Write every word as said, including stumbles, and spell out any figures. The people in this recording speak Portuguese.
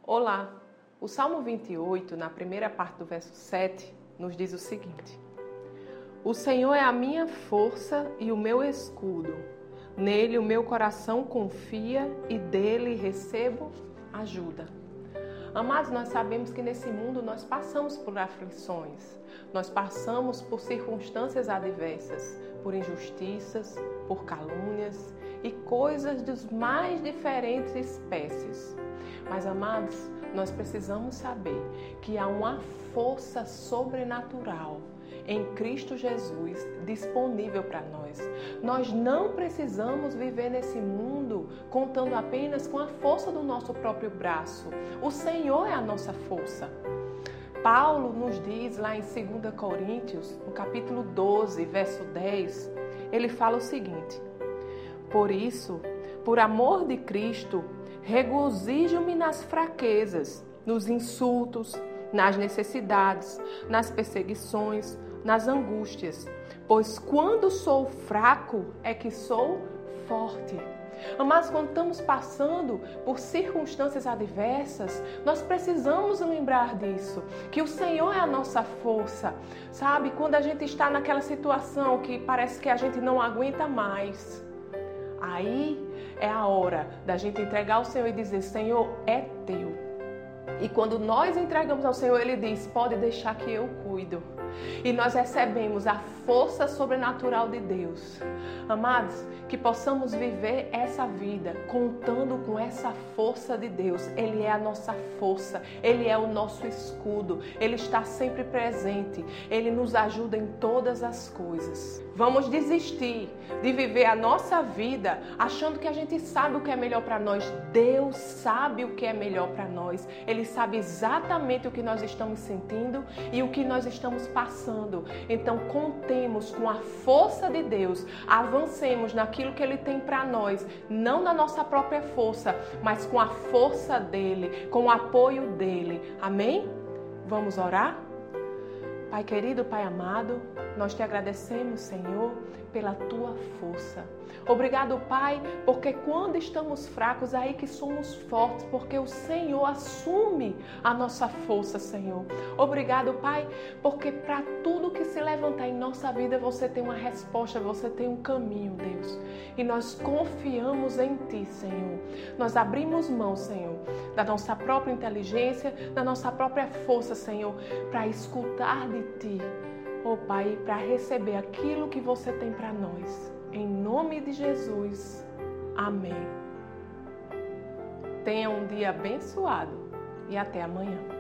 Olá! O Salmo vinte e oito, na primeira parte do verso sete, nos diz o seguinte: O Senhor é a minha força e o meu escudo. Nele o meu coração confia e dele recebo ajuda. Amados, nós sabemos que nesse mundo nós passamos por aflições, nós passamos por circunstâncias adversas, por injustiças, por calúnias e coisas dos mais diferentes espécies. Mas, amados, nós precisamos saber que há uma força sobrenatural em Cristo Jesus disponível para nós. Nós não precisamos viver nesse mundo contando apenas com a força do nosso próprio braço. O Senhor é a nossa força. Paulo nos diz lá em segunda Coríntios, no capítulo doze, verso dez, ele fala o seguinte: Por isso, por amor de Cristo, regozijo-me nas fraquezas, nos insultos, nas necessidades, nas perseguições, nas angústias, pois quando sou fraco é que sou forte. Mas quando estamos passando por circunstâncias adversas, nós precisamos lembrar disso, que o Senhor é a nossa força, sabe? Quando a gente está naquela situação que parece que a gente não aguenta mais, aí é a hora da gente entregar ao Senhor e dizer: Senhor, é teu. E quando nós entregamos ao Senhor, Ele diz: pode deixar que eu cuido. E nós recebemos a força sobrenatural de Deus. Amados, que possamos viver essa vida contando com essa força de Deus. Ele é a nossa força, Ele é o nosso escudo, Ele está sempre presente, Ele nos ajuda em todas as coisas. Vamos desistir de viver a nossa vida achando que a gente sabe o que é melhor para nós. Deus sabe o que é melhor para nós. Ele sabe exatamente o que nós estamos sentindo e o que nós estamos passando. Então, contemos com a força de Deus, avancemos naquilo que Ele tem para nós, não na nossa própria força, mas com a força dEle, com o apoio dEle. Amém? Vamos orar? Pai querido, Pai amado, nós te agradecemos, Senhor, pela tua força. Obrigado, Pai, porque quando estamos fracos, é aí que somos fortes, porque o Senhor assume a nossa força, Senhor. Obrigado, Pai, porque para tudo que se levantar em nossa vida, você tem uma resposta, você tem um caminho, Deus. E nós confiamos em Ti, Senhor. Nós abrimos mão, Senhor, da nossa própria inteligência, da nossa própria força, Senhor, para escutar de Ti. Oh, Pai, para receber aquilo que você tem para nós. Em nome de Jesus. Amém. Tenha um dia abençoado e até amanhã.